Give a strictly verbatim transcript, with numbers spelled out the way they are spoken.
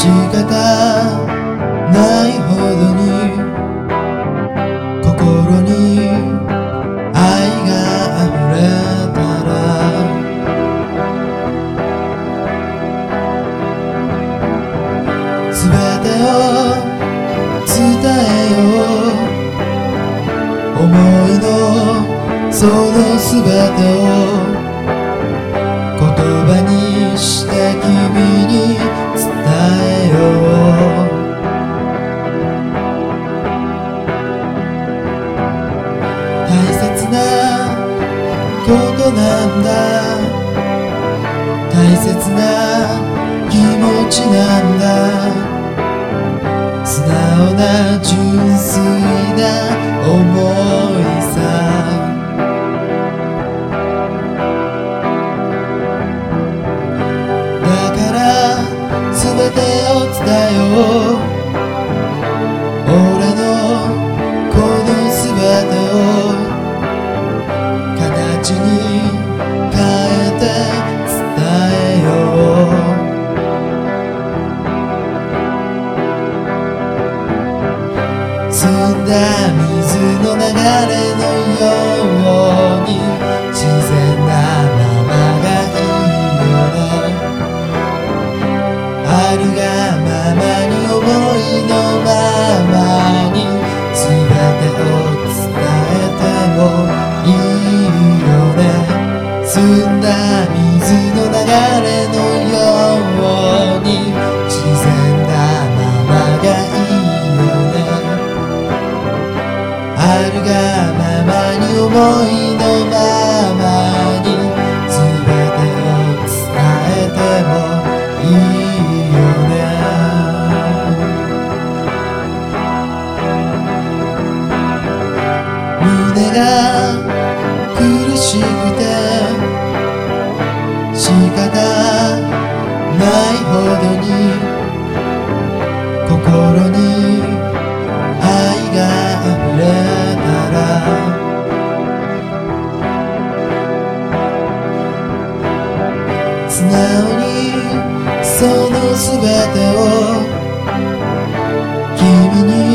方ないほどに心に愛があふれたらすべてを伝えよう思いのそのすべてを言葉にして君に伝えよう大切なことなんだ大切な気持ちなんだ素直な純粋な想いさすべてを伝えよう俺のこのすべてを形に変えて伝えよう澄んだ水の流れのように自然なままがいいよねあるがままに思いのままに全てを伝えてもいいよね澄んだ水の流れのように自然なままがいいよねあるがままに思いのままに全てを伝えてもいい胸が苦しくて仕方ないほどに心に愛が溢れたら素直にそのすべてを君に